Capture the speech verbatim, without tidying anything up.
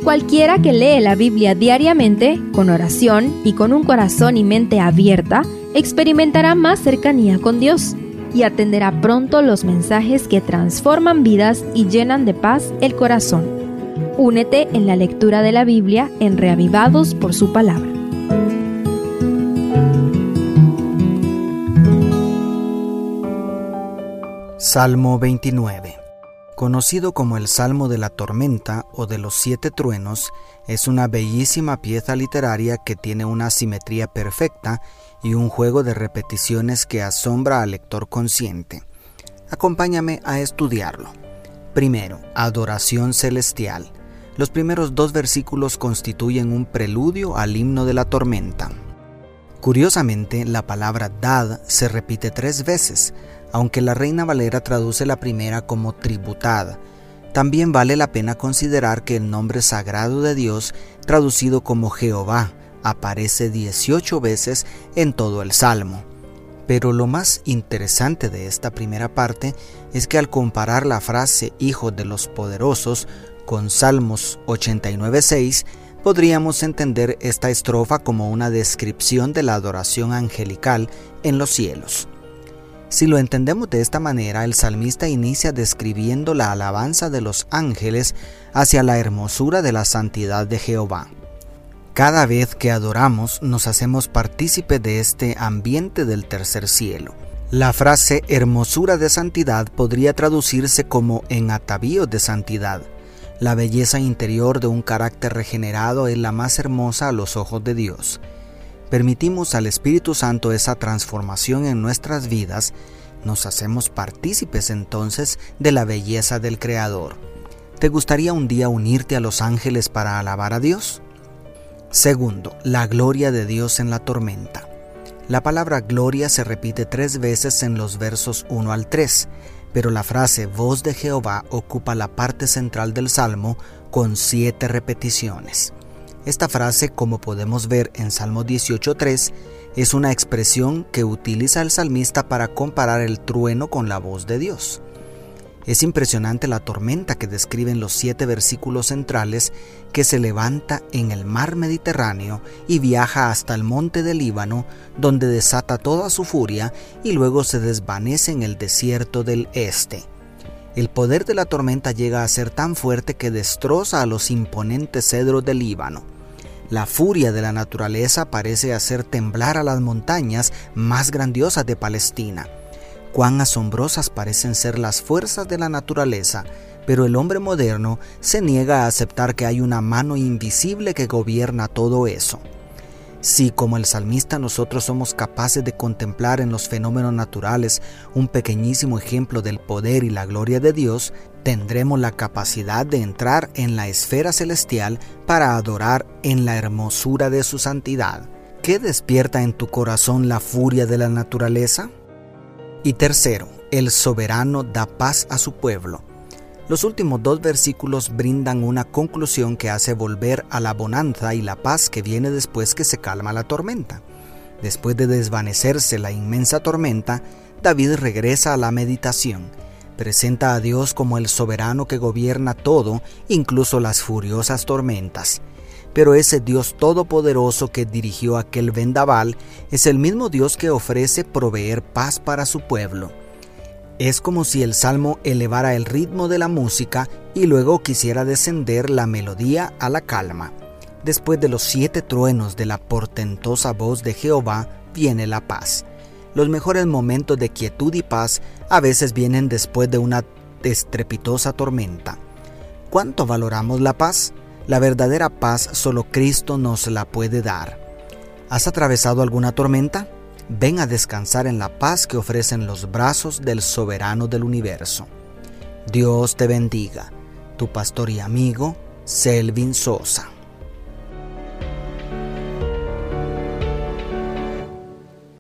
Cualquiera que lee la Biblia diariamente, con oración y con un corazón y mente abierta, experimentará más cercanía con Dios y atenderá pronto los mensajes que transforman vidas y llenan de paz el corazón. Únete en la lectura de la Biblia en Reavivados por su palabra. Salmo veintinueve. Conocido como el Salmo de la Tormenta o de los Siete Truenos, es una bellísima pieza literaria que tiene una simetría perfecta y un juego de repeticiones que asombra al lector consciente. Acompáñame a estudiarlo. Primero, adoración celestial. Los primeros dos versículos constituyen un preludio al himno de la tormenta. Curiosamente, la palabra dad se repite tres veces, aunque la Reina Valera traduce la primera como tributad. También vale la pena considerar que el nombre sagrado de Dios, traducido como Jehová, aparece dieciocho veces en todo el Salmo. Pero lo más interesante de esta primera parte es que al comparar la frase Hijo de los Poderosos con Salmos ochenta y nueve seis, podríamos entender esta estrofa como una descripción de la adoración angelical en los cielos. Si lo entendemos de esta manera, el salmista inicia describiendo la alabanza de los ángeles hacia la hermosura de la santidad de Jehová. Cada vez que adoramos, nos hacemos partícipe de este ambiente del tercer cielo. La frase hermosura de santidad podría traducirse como en atavío de santidad. La belleza interior de un carácter regenerado es la más hermosa a los ojos de Dios. Permitimos al Espíritu Santo esa transformación en nuestras vidas, nos hacemos partícipes entonces de la belleza del Creador. ¿Te gustaría un día unirte a los ángeles para alabar a Dios? Segundo, la gloria de Dios en la tormenta. La palabra gloria se repite tres veces en los versos uno al tres, pero la frase voz de Jehová ocupa la parte central del Salmo con siete repeticiones. Esta frase, como podemos ver en Salmo dieciocho tres, es una expresión que utiliza el salmista para comparar el trueno con la voz de Dios. Es impresionante la tormenta que describen los siete versículos centrales, que se levanta en el mar Mediterráneo y viaja hasta el monte del Líbano, donde desata toda su furia y luego se desvanece en el desierto del este. El poder de la tormenta llega a ser tan fuerte que destroza a los imponentes cedros del Líbano. La furia de la naturaleza parece hacer temblar a las montañas más grandiosas de Palestina. Cuán asombrosas parecen ser las fuerzas de la naturaleza, pero el hombre moderno se niega a aceptar que hay una mano invisible que gobierna todo eso. Si, como el salmista, nosotros somos capaces de contemplar en los fenómenos naturales un pequeñísimo ejemplo del poder y la gloria de Dios, tendremos la capacidad de entrar en la esfera celestial para adorar en la hermosura de su santidad. ¿Qué despierta en tu corazón la furia de la naturaleza? Y tercero, el soberano da paz a su pueblo. Los últimos dos versículos brindan una conclusión que hace volver a la bonanza y la paz que viene después que se calma la tormenta. Después de desvanecerse la inmensa tormenta, David regresa a la meditación. Presenta a Dios como el soberano que gobierna todo, incluso las furiosas tormentas. Pero ese Dios todopoderoso que dirigió aquel vendaval es el mismo Dios que ofrece proveer paz para su pueblo. Es como si el salmo elevara el ritmo de la música y luego quisiera descender la melodía a la calma. Después de los siete truenos de la portentosa voz de Jehová viene la paz. Los mejores momentos de quietud y paz a veces vienen después de una estrepitosa tormenta. ¿Cuánto valoramos la paz? La verdadera paz solo Cristo nos la puede dar. ¿Has atravesado alguna tormenta? Ven a descansar en la paz que ofrecen los brazos del soberano del universo. Dios te bendiga. Tu pastor y amigo, Selvin Sosa.